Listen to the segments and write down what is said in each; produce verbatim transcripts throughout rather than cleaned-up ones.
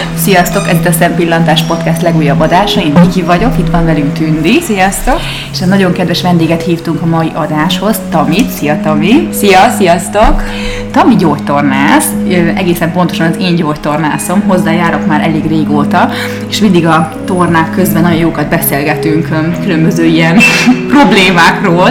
Sziasztok, ez itt a Szempillantás Podcast legújabb adása. Én Viki vagyok, itt van velünk Tündi. Sziasztok! És egy nagyon kedves vendéget hívtunk a mai adáshoz, Tamit. Szia, Tami! Szia, sziasztok! Tami gyógytornász, egészen pontosan az én gyógytornászom, hozzájárok már elég régóta, és mindig a tornák közben nagyon jókat beszélgetünk különböző ilyen problémákról,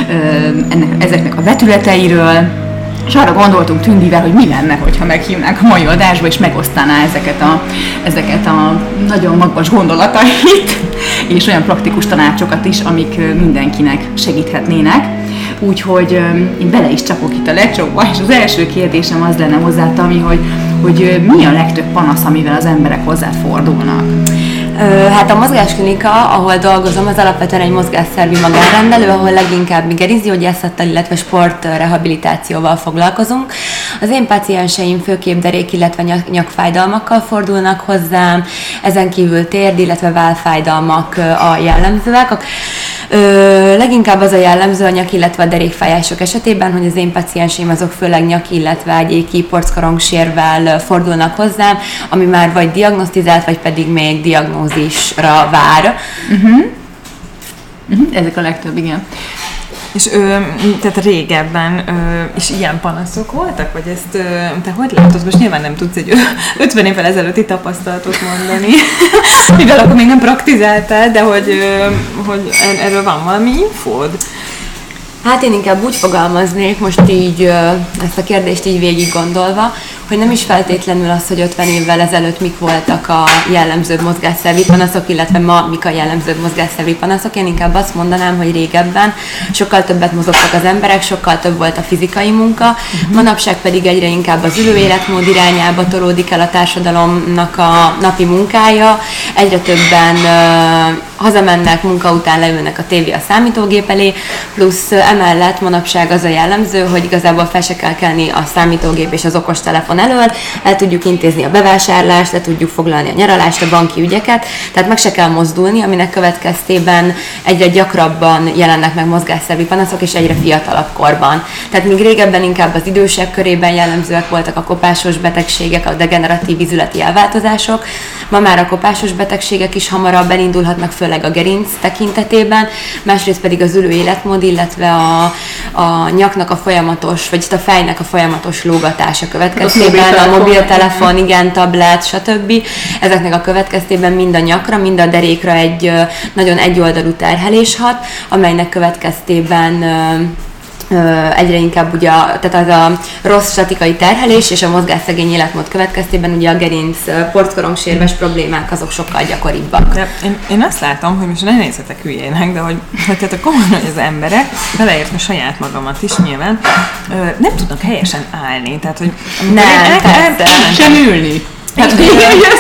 ennek, ezeknek a vetületeiről, és arra gondoltunk Tündivel, hogy mi lenne, hogyha meghívnánk a mai adásba, és megosztaná ezeket a, ezeket a nagyon magas gondolatait, és olyan praktikus tanácsokat is, amik mindenkinek segíthetnének. Úgyhogy én bele is csapok itt a lecsóba, és az első kérdésem az lenne hozzá, Tami, hogy, hogy mi a legtöbb panasz, amivel az emberek hozzád fordulnak? Hát a mozgásklinika, ahol dolgozom, az alapvetően egy mozgásszervi magánrendelő, ahol leginkább mi gerincgyógyászattal, illetve sportrehabilitációval foglalkozunk. Az én pácienseim főképp derék, illetve nyak- nyakfájdalmakkal fordulnak hozzám, ezen kívül térd, illetve vállfájdalmak a jellemzőek. Ö, leginkább az a jellemző a nyak, illetve a derékfájások esetében, hogy az én pacienseim azok főleg nyak, illetve ágyéki porckorongssérrvel fordulnak hozzám, ami már vagy diagnosztizált, vagy pedig még diagnózisra vár. Uh-huh. Uh-huh. Ezek a legtöbb, igen. És ö, tehát régebben ö, is ilyen panaszok voltak, vagy ezt ö, te hogy látod? Most nyilván nem tudsz egy ötven évvel ezelőtti tapasztalatot mondani, mivel akkor még nem praktizáltál, de hogy, ö, hogy erről van valami infód? Hát én inkább úgy fogalmaznék, most így ezt a kérdést így végig gondolva, hogy nem is feltétlenül az, hogy ötven évvel ezelőtt mik voltak a jellemzőbb mozgásszervi panaszok, illetve ma mik a jellemzőbb mozgásszervi panaszok. Én inkább azt mondanám, hogy régebben sokkal többet mozogtak az emberek, sokkal több volt a fizikai munka, uh-huh. Manapság pedig egyre inkább az ülő életmód irányába tolódik el a társadalomnak a napi munkája, egyre többen uh, hazamennek, munka után leülnek a tévé a számítógép elé, plusz emellett manapság az a jellemző, hogy igazából fel se kell kelni a számítógép és az okostelefon elől, el tudjuk intézni a bevásárlást, le tudjuk foglalni a nyaralást, a banki ügyeket, tehát meg se kell mozdulni, aminek következtében egyre gyakrabban jelennek meg mozgásszervi panaszok, és egyre fiatalabb korban. Tehát míg régebben inkább az idősek körében jellemzőek voltak a kopásos betegségek, a degeneratív izületi elváltozások, ma már a kopásos betegségek is hamarabb elindulhatnak, főleg a gerinc tekintetében, másrészt pedig az ülő életmód, illetve a, a nyaknak a folyamatos, vagy a fejnek a folyamatos lógatása következtében, a mobiltelefon, igen, tablet, stb. Ezeknek a következtében mind a nyakra, mind a derékra egy nagyon egyoldalú terhelés hat, amelynek következtében egyre inkább ugye, tehát az a rossz statikai terhelés és a mozgásszegény életmód következtében ugye a gerinc porckorongssérves problémák azok sokkal gyakoribbak. De én, én azt látom, hogy most ne nézzetek hülyének, de hogy, hogy tehát a komolyan, hogy az emberek, beleértve saját magamat is nyilván, nem tudnak helyesen állni. Tehát, hogy nem, persze. Sem ülni. Hát, igen,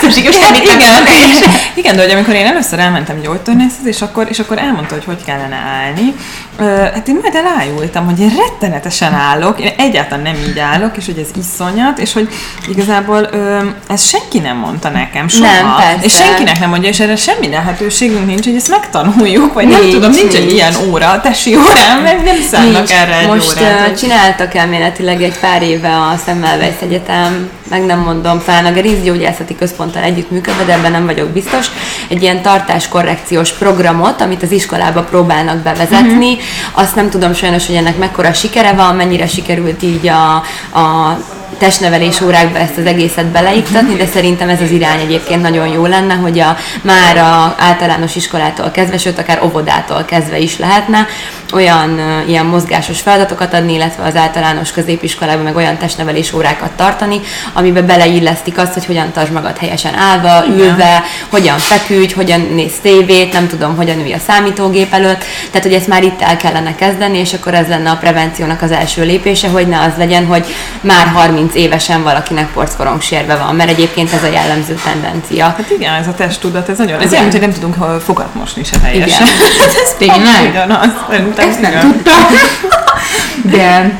igen, de hogy amikor én először elmentem gyógytornászhoz, és akkor, és akkor elmondta, hogy hogy kellene állni, hát én majd elájultam, hogy én rettenetesen állok, én egyáltalán nem így állok, és hogy ez iszonyat, és hogy igazából ezt senki nem mondta nekem soha. Nem, persze. És senkinek nem mondja, és erre semmi lehetőségünk nincs, hogy ezt megtanuljuk, vagy nincs, nem tudom, nincs, nincs egy ilyen óra, a tesi órán, meg nem szánnak erre egy Most órát. Most csináltak elméletileg egy pár éve a Semmelweis Egyetem, meg nem mondom, talán a gerincgyógyászati központtal együttműködve, de ebben nem vagyok biztos, egy ilyen tartáskorrekciós programot, amit az iskolába próbálnak bevezetni. Uh-huh. Azt nem tudom sajnos, hogy ennek mekkora sikere van, mennyire sikerült így a, a testnevelés órákba ezt az egészet beleiktatni, de szerintem ez az irány egyébként nagyon jó lenne, hogy a, már a általános iskolától kezdve, sőt akár óvodától kezdve is lehetne olyan uh, ilyen mozgásos feladatokat adni, illetve az általános középiskolában meg olyan testnevelés órákat tartani, amiben beleillesztik azt, hogy hogyan tartsd magad helyesen állva, igen, ülve, hogyan feküdj, hogyan néz tévét, nem tudom, hogyan ülj a számítógép előtt, tehát hogy ezt már itt el kellene kezdeni, és akkor ez lenne a prevenciónak az első lépése, hogy ne az legyen, hogy már harminc évesen valakinek porckorongssérve van, mert egyébként ez a jellemző tendencia. Hát igen, ez a testtudat, ez nagyon, ez olyan, hogy nem tudunk fogat mosni se helyesen. Igen. Ez tényleg ugyanaz. Ezt nem tudtam. De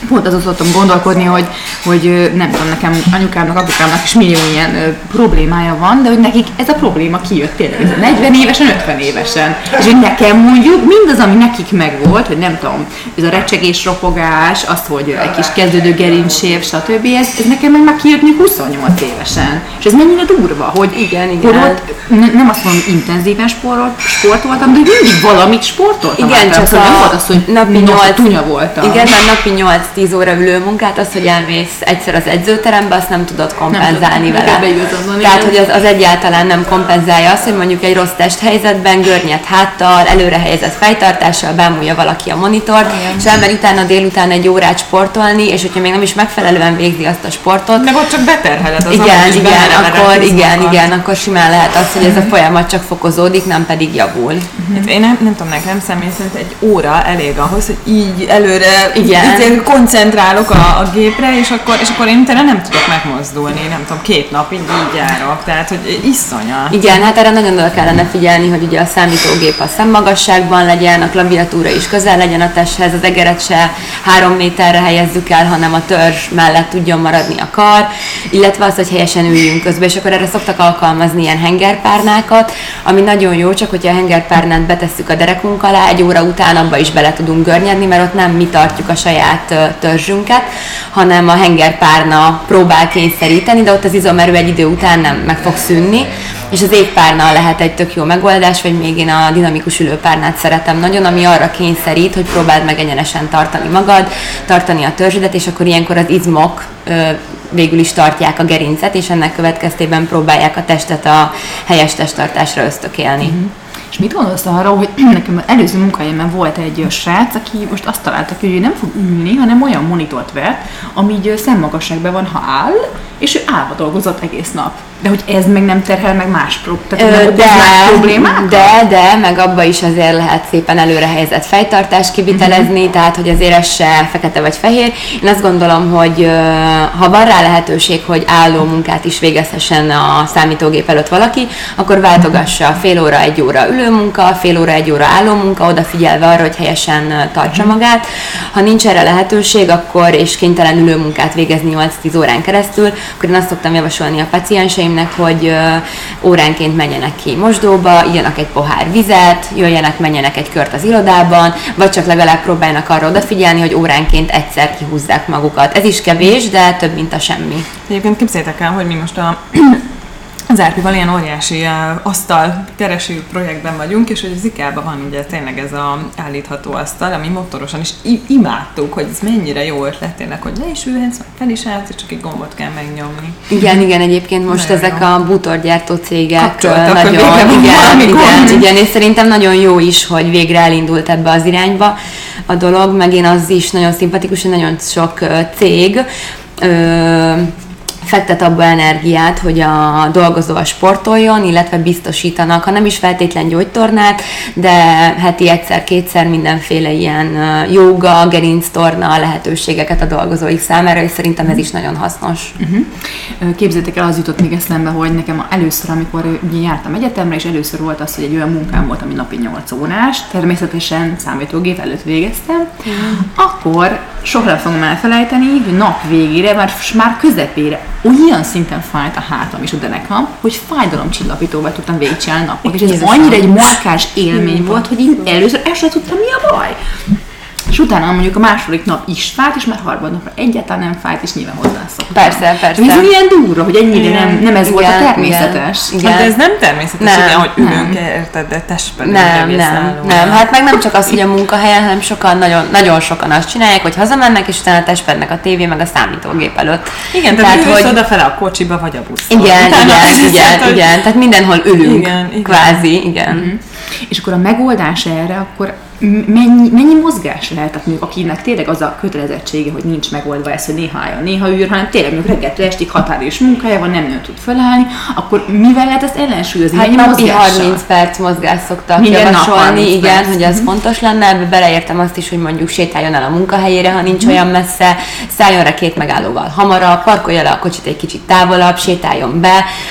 pont azon szoktam gondolkodni, hogy, hogy nem tudom, nekem anyukámnak, apukámnak is millió ilyen ö, problémája van, de hogy nekik ez a probléma kijött tényleg negyven évesen, ötven évesen. És hogy nekem mondjuk mindaz, ami nekik megvolt, hogy nem tudom, ez a recsegés, ropogás, az, hogy egy kis kezdődő gerincsév, stb. Ez, ez nekem meg már kijött még huszonnyolc évesen. És ez mennyire durva, hogy, igen, igen. hogy ott, n- nem azt mondom, intenzíven sport, sportoltam, de mindig valamit sportoltam. Igen, általában. csak szóval a nem volt az, hogy napi nyolc tunya voltam. Igen, mert napi nyolc-tíz óra ülő munkát, az, hogy elmész egyszer az edzőterembe, azt nem tudod kompenzálni nem vele. beigazodni, Tehát, igen. hogy az, az egyáltalán nem kompenzálja azt, hogy mondjuk egy rossz testhelyzetben, görnyed háttal, előre helyezett fejtartással bámulja valaki a monitort, igen. és elmegy utána délután egy órát sportolni, és hogyha még nem is megfelelően végzi azt a sportot. Meg ott csak beterheled az igen, is igen, akkor igen, magad. igen, akkor simán lehet az, hogy ez a folyamat csak fokozódik, nem pedig javul. Hát én nem, nem tudom, nekem személy szerint egy óra elég ahhoz, hogy így előre Igen. így koncentrálok a, a gépre, és akkor, és akkor én utána nem tudok megmozdulni, nem tudom, két napig így járok, tehát hogy iszonyat. Igen, hát erre nagyon oda kellene figyelni, hogy ugye a számítógép a szemmagasságban legyen, a klaviatúra is közel legyen a testhez, az egeret se három méterre helyezzük el, hanem a törzs mellett tudjon maradni a kar, illetve az, hogy helyesen üljünk közben, és akkor erre szoktak alkalmazni ilyen hengerpárnákat, ami nagyon jó, csak hogyha a hengerpárnát betesszük a derekunk alá, egy óra után abba is bele tudunk görnyedni, mert ott nem mi tartjuk a saját törzsünket, hanem a hengerpárna próbál kényszeríteni, de ott az izomerő egy idő után nem meg fog szűnni, és az égpárna lehet egy tök jó megoldás, vagy még én a dinamikus ülőpárnát szeretem nagyon, ami arra kényszerít, hogy próbáld meg egyenesen tartani magad, tartani a törzsedet, és akkor ilyenkor az izmok ö, végül is tartják a gerincet, és ennek következtében próbálják a testet a helyes testtartásra ösztökélni. Mm-hmm. És mit gondolsz arra, hogy nekem az előző munkahelyemen volt egy srác, aki most azt találta ki, hogy ő nem fog ülni, hanem olyan monitort vett, ami így szemmagasságban van, ha áll, és ő állva dolgozott egész nap. De hogy ez meg nem terhel meg más, prób- tehát Ö, nem de, más problémák? de, de, meg abba is azért lehet szépen előre helyezett fejtartást kivitelezni, uh-huh. tehát hogy azért ez se fekete vagy fehér. Én azt gondolom, hogy ha van rá lehetőség, hogy álló munkát is végezhessen a számítógép előtt valaki, akkor váltogassa fél óra, egy óra ülőmunka, fél óra, egy óra álló munka, odafigyelve arra, hogy helyesen tartsa magát. Ha nincs erre lehetőség, akkor és kénytelen ülőmunkát végezni nyolc-tíz órán keresztül, akkor én azt szoktam javasolni a pacienseimnek, hogy uh, óránként menjenek ki mosdóba, igyanak egy pohár vizet, jöjjenek, menjenek egy kört az irodában, vagy csak legalább próbáljanak arra odafigyelni, hogy óránként egyszer kihúzzák magukat. Ez is kevés, de több, mint a semmi. Egyébként képzeljétek el, hogy mi most a az Árpival ilyen óriási uh, asztal kereső projektben vagyunk, és hogy az IKEA-ban van ugye tényleg ez a állítható asztal, ami motorosan is i- imádtuk, hogy ez mennyire jó ötlet tényleg, hogy le is ülhetsz, fel is állsz, és csak egy gombot kell megnyomni. Igen, igen, egyébként most nagyon ezek jó. a bútorgyártó cégek Kapcsoltak, nagyon, hogy igen, igen, gond. igen, és szerintem nagyon jó is, hogy végre elindult ebbe az irányba a dolog, meg én az is nagyon szimpatikus, hogy nagyon sok uh, cég ö, fektet abba energiát, hogy a dolgozó a sportoljon, illetve biztosítanak, ha nem is feltétlen gyógytornát, de heti egyszer-kétszer mindenféle ilyen jóga, gerinctorna lehetőségeket a dolgozóik számára, és szerintem ez is nagyon hasznos. Uh-huh. Képzeljétek el, az jutott még eszembe, hogy nekem először, amikor ugye jártam egyetemre, és először volt az, hogy egy olyan munkám volt, ami napi nyolc órás, természetesen számítógép előtt végeztem, uh-huh. akkor soha nem fogom elfelejteni, hogy nap végére, már, már közepére olyan szinten fájt a hátam és a denekam, hogy fájdalomcsillapítóval tudtam végigcsinálni napot. És ez annyira egy markáns élmény volt, hogy én először el sem tudtam, mi a baj. És utána mondjuk a második nap is fájt, és már harmadnapra egyáltalán nem fájt, és nyilván hozzászoktam. Persze, persze. Ez ilyen durva, hogy ennyire nem, nem ez igen, volt a természetes. Igen, igen. Hát de ez nem természetes, Nem, igen, hogy ülünk, nem. érted, de testben Nem, nem, nem. Hát meg nem csak az, hogy a munkahelyen, hanem sokan, nagyon, nagyon sokan azt csinálják, hogy hazamennek, és utána testpednek a tévé meg a számítógép előtt. Igen, tehát, tehát ülsz odafele a kocsiba, vagy a buszon. Igen, Utána igen, hiszed, igen, hogy... igen, tehát mindenhol ülünk, Igen, igen. kvázi, igen. Mm-hmm. És akkor a megoldás erre, akkor mennyi, mennyi mozgás lehet, tehát mondjuk akinek tényleg az a kötelezettsége, hogy nincs megoldva ez, hogy néha álljon, néha ül, hanem tényleg mondjuk reggeltől estig határidős munkája van, nem nő tud felállni, akkor mivel lehet ezt ellensúlyozni? Hát mennyi napi mozgással? harminc perc mozgást szoktak Minden nap javasolni, harminc igen, perc. hogy ez Mhm. fontos lenne, ebbe beleértem azt is, hogy mondjuk sétáljon el a munkahelyére, ha nincs olyan messze, szálljon rá két megállóval hamarabb, parkolja le a kocsit egy kicsit távolabb, sétáljon be,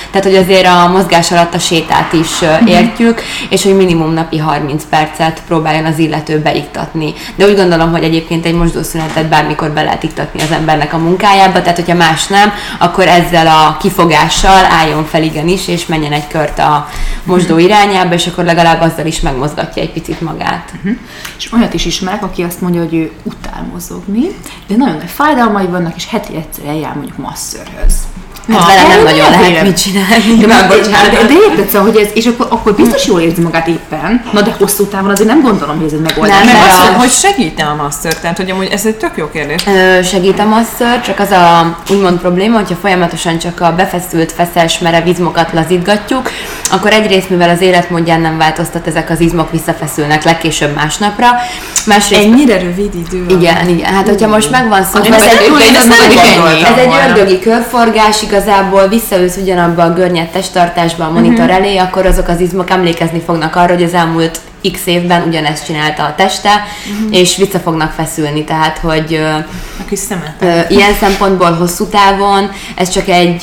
Tehát, hogy azért a mozgás alatt a sétát is értjük, és hogy minimum napi harminc percet próbáljon az illető beiktatni. De úgy gondolom, hogy egyébként egy mosdószünetet bármikor be lehet iktatni az embernek a munkájába, tehát hogyha más nem, akkor ezzel a kifogással álljon fel igenis, és menjen egy kört a mosdó irányába, és akkor legalább azzal is megmozgatja egy picit magát. Uh-huh. És olyat is ismerek, aki azt mondja, hogy ő utál mozogni, de nagyon nagy fájdalmai vannak, és heti egyszer eljár mondjuk masszörhöz. Ez vele nem nagyon lehet mit csinálni. De, már, bocsánat, de, de érted, szóval, hogy ez, és akkor, akkor biztos jól érzi magát éppen, na de hosszú távon azért nem gondolom, hogy ez egy megoldás. Nem, mert azt, a- hogy segít-e a masször? Tehát, hogy amúgy ez egy tök jó kérdés. Ö, segít a masször, csak az a úgymond probléma, hogyha folyamatosan csak a befeszült, feszes, merev izmokat lazítgatjuk, akkor egyrészt, mivel az életmódján nem változtat, ezek az izmok visszafeszülnek legkésőbb másnapra. Másrészt Ennyire rövid idő. igen, igen. Hát, hogyha most megvan szó, Ez ez egy, egy- ez ez nem egy- gondoltam ez egy volna. ördögi körforgás, igazából visszaülsz ugyanabba a görnyed testtartásba a monitor Mhm. elé, akkor azok az izmok emlékezni fognak arra, hogy az elmúlt x évben ugyanezt csinálta a teste, Mhm. és vissza fognak feszülni. Tehát, hogy ö, A kis szemet. ö, ilyen szempontból hosszú távon ez csak egy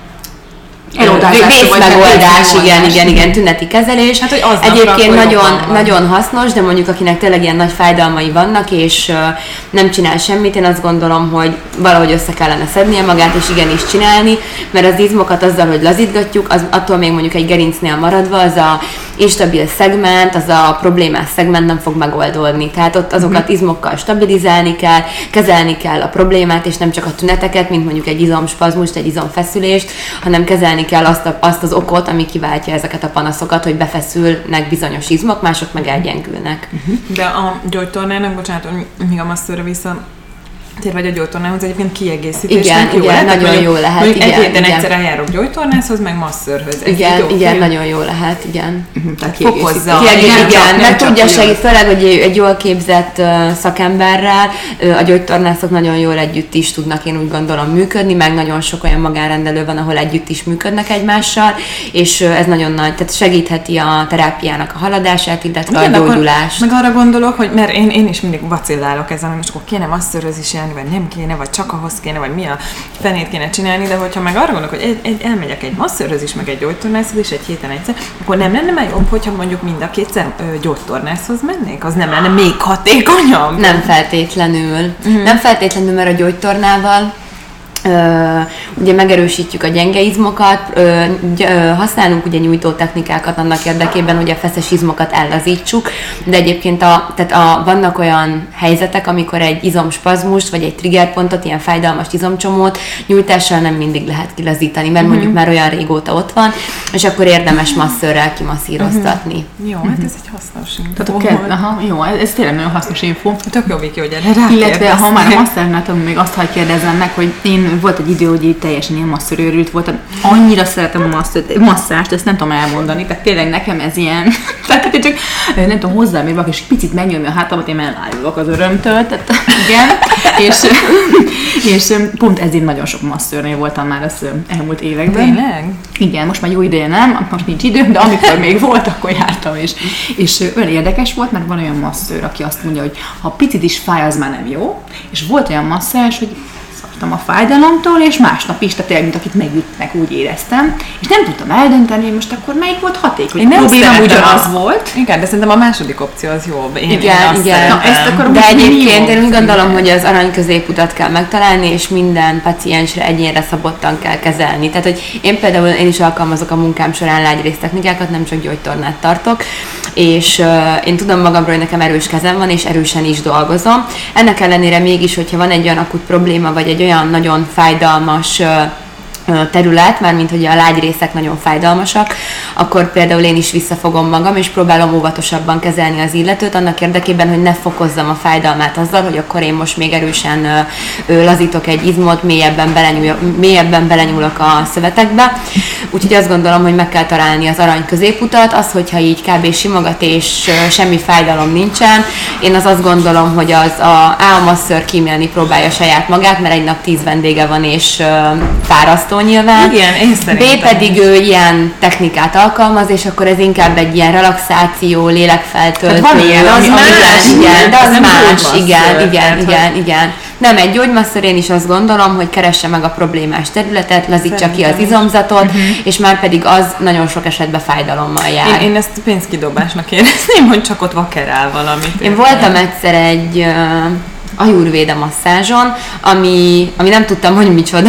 Eloldásra, vagy vészmegoldás, vészmegoldás. igen, igen, igen, tüneti kezelés. Hát, hogy aznapra Egyébként akkor nagyon, jobban van. nagyon hasznos, de mondjuk akinek tényleg ilyen nagy fájdalmai vannak, és uh, nem csinál semmit, én azt gondolom, hogy valahogy össze kellene szednie magát, és igenis csinálni, mert az izmokat azzal, hogy lazítgatjuk, az, attól még mondjuk egy gerincnél maradva, az a instabil szegment, az a problémás szegment nem fog megoldódni. Tehát ott azokat izmokkal stabilizálni kell, kezelni kell a problémát, és nem csak a tüneteket, mint mondjuk egy izomspazmust, egy izomfeszülést, hanem kezelni kell azt, a, azt az okot, ami kiváltja ezeket a panaszokat, hogy befeszülnek bizonyos izmok, mások meg elgyengülnek. De a gyógytornának, bocsánat, hogy még a masszőre vissza tér vagy a gyógytornához egyébként kiegészítésnek Igen, jó igen, lehet? nagyon Mondjuk- jó lehet, mondjuk igen, egy héten igen. egyszer eljárok gyógytornászhoz, meg masszőrhöz. Ez Igen, így igen, oké? nagyon jó lehet, igen. Tehát Fokozza. Igen, Igen, igen, csak- igen, nem mert csak tudja ugyan. segít, főleg, hogy egy jól képzett uh, szakemberrel uh, a gyógytornászok nagyon jól együtt is tudnak, én úgy gondolom, működni, meg nagyon sok olyan magánrendelő van, ahol együtt is működnek egymással, és uh, ez nagyon nagy, tehát segítheti a terápiának a haladását, illetve Igen, a akkor gyógyulást. meg arra gondolok, hogy mert én, én is mindig vacillálok ezen, hogy most akkor kéne masszörhöz is járni, vagy nem kéne, vagy csak ahhoz kéne, vagy mi a fenét kéne csinálni, de hogyha meg arra gondolok, hogy egy, egy, elmegyek egy masszörhöz is, meg egy gyógytornászhoz is egy héten egyszer, akkor nem lenne már jobb, hogyha mondjuk mind a kétszer ö, gyógytornászhoz mennék? Az nem lenne még hatékonyabb? Nem feltétlenül. Uh-huh. Nem feltétlenül, mert a gyógytornával Ö, ugye megerősítjük a gyenge izmokat, ö, gy- ö, használunk ugye nyújtó technikákat annak érdekében, hogy a feszes izmokat ellazítsuk, de egyébként a, tehát a, vannak olyan helyzetek, amikor egy izomspazmust, vagy egy triggerpontot, ilyen fájdalmas izomcsomót nyújtással nem mindig lehet kilazítani, mert mondjuk már olyan régóta ott van, és akkor érdemes masszőrrel kimasszíroztatni. Jó, hát ez egy hasznos info. Tehát kell, aha, jó, ez, ez tényleg nagyon hasznos info. Tök jó, Viki, hogy erre Illetve, ha már a rákérdeztél. masszárnál tudom, még azt hadd kérdezzem meg, hogy én volt egy idő, hogy így teljesen ilyen masszörőrült voltam. Annyira szeretem a masszört, masszást, ezt nem tudom elmondani, tehát tényleg nekem ez ilyen, tehát én csak nem tudom, hozzám érve, és picit megnyomja a hátamat, én elájulok az örömtől, tehát igen, és, és pont ezért nagyon sok masszörnél voltam már az elmúlt években. Tényleg? Igen, most már jó ideje nem, most nincs időm, de amikor még volt, akkor jártam is. És ö, olyan érdekes volt, mert van olyan masszőr, aki azt mondja, hogy ha picit is fáj, az már nem jó. És volt olyan masszázs, hogy szartam a fájdalomtól, és másnap is, tehát tényleg, mint akit megütnek, úgy éreztem. És nem tudtam eldönteni, hogy most akkor melyik volt hatékony. Én A nem probléma szeretem ugyanaz a- volt. Igen, de szerintem a második opció az jobb. Én, Igen, én azt igen. szeretem. Na, ezt akkor- De most mi egyébként jó? én úgy gondolom, hogy az arany középutat kell megtalálni, és minden paciensre egyénre szabottan kell kezelni. Tehát, hogy én például én is alkalmazok a munkám során lágyrésztechnikákat, nem csak gyógytornát tartok, és uh, én tudom magamról, hogy nekem erős kezem van, és erősen is dolgozom. Ennek ellenére mégis, hogyha van egy olyan akut probléma, vagy egy olyan nagyon fájdalmas uh, terület, mármint hogy a lágyrészek nagyon fájdalmasak, akkor például én is visszafogom magam, és próbálom óvatosabban kezelni az illetőt, annak érdekében, hogy ne fokozzam a fájdalmát azzal, hogy akkor én most még erősen ö, ö, lazítok egy izmot, mélyebben, belenyúl, mélyebben belenyúlok a szövetekbe. Úgyhogy azt gondolom, hogy meg kell találni az arany középutat, az, hogyha így kb. Simogat és ö, semmi fájdalom nincsen, én az azt gondolom, hogy az a, A a masször kímélni próbálja saját magát, mert egy nap tíz vendége van, és ö, fárasztó nyilván. Igen, én szerintem B pedig ő ilyen technikát alkalmaz, és akkor ez inkább egy ilyen relaxáció, lélekfeltöltő. Tehát van ilyen, az ami- más, ami- igen, de az az nem más, úgy igen, masször, igen, tehát, igen, igen. Nem egy gyógymasszor, én is azt gondolom, hogy keresse meg a problémás területet, lazítsa Szerintem ki az izomzatot, uh-huh. és már pedig az nagyon sok esetben fájdalommal jár. Én, én ezt pénzkidobásnak érezném, hogy csak ott vakerál valamit. Én voltam egyszer egy uh, ajurvéda masszázson, ami, ami nem tudtam, hogy micsoda.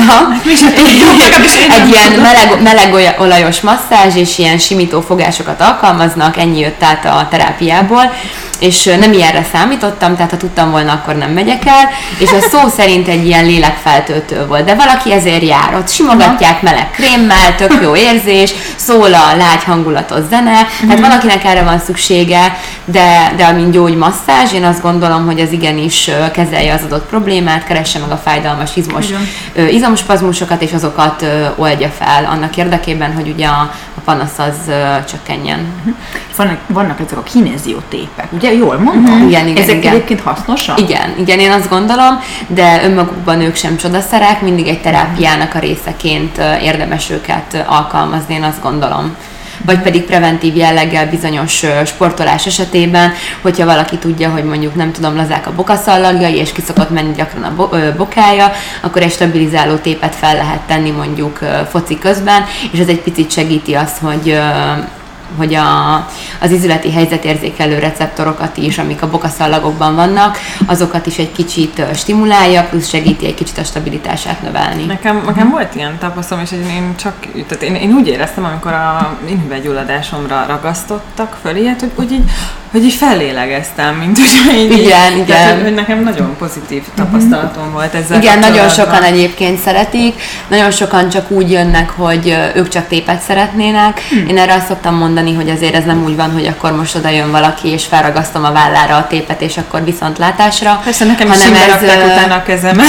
Egy ilyen meleg, meleg olajos masszázs, és ilyen simító fogásokat alkalmaznak, ennyi jött át a terápiából, és nem ilyenre számítottam, tehát ha tudtam volna, akkor nem megyek el, és a szó szerint egy ilyen lélekfeltöltő volt, de valaki ezért jár, ott simogatják meleg krémmel, tök jó érzés, szól a lágy hangulatos zene, tehát valakinek erre van szüksége, de, de amint gyógymasszázs, én azt gondolom, hogy az igenis kezelje az adott problémát, keresse meg a fájdalmas izmos, izomspazmusokat, és azokat ö, oldja fel annak érdekében, hogy ugye a, a panasz az ö, csökkenjen. Vannak, vannak ezek a kineziotépek, ugye? Jól mondom? Uh-huh. Igen, igen, ezek igen. egyébként hasznosak? Igen, igen, én azt gondolom, de önmagukban ők sem csodaszerek, mindig egy terápiának a részeként érdemes őket alkalmazni, én azt gondolom. Vagy pedig preventív jelleggel bizonyos sportolás esetében, hogyha valaki tudja, hogy mondjuk nem tudom, lazák a bokaszallagjai, és ki szokott menni gyakran a bo- ö, bokája, akkor egy stabilizáló tépet fel lehet tenni mondjuk ö, foci közben, és ez egy picit segíti azt, hogy ö, hogy a, az izületi helyzetérzékelő receptorokat is, amik a bokaszallagokban vannak, azokat is egy kicsit stimulálja, plusz segíti egy kicsit a stabilitását növelni. Nekem, nekem volt ilyen tapasztalom, és én csak, tehát én, én úgy éreztem, amikor a inhüvelygyulladásomra ragasztottak föl ilyet, hogy, hogy így, hogy így fellélegeztem, mint hogy így, igen, így, igen. Tehát, hogy nekem nagyon pozitív tapasztalatom volt ezzel. Igen, nagyon sokan egyébként szeretik, nagyon sokan csak úgy jönnek, hogy ők csak tépet szeretnének. Hmm. Én erre azt szoktam mondani, hogy azért ez nem úgy van, hogy akkor most oda jön valaki, és felragasztom a vállára a tépet, és akkor viszontlátásra. Persze nekem is simbe rakták uh... utána a kezemet.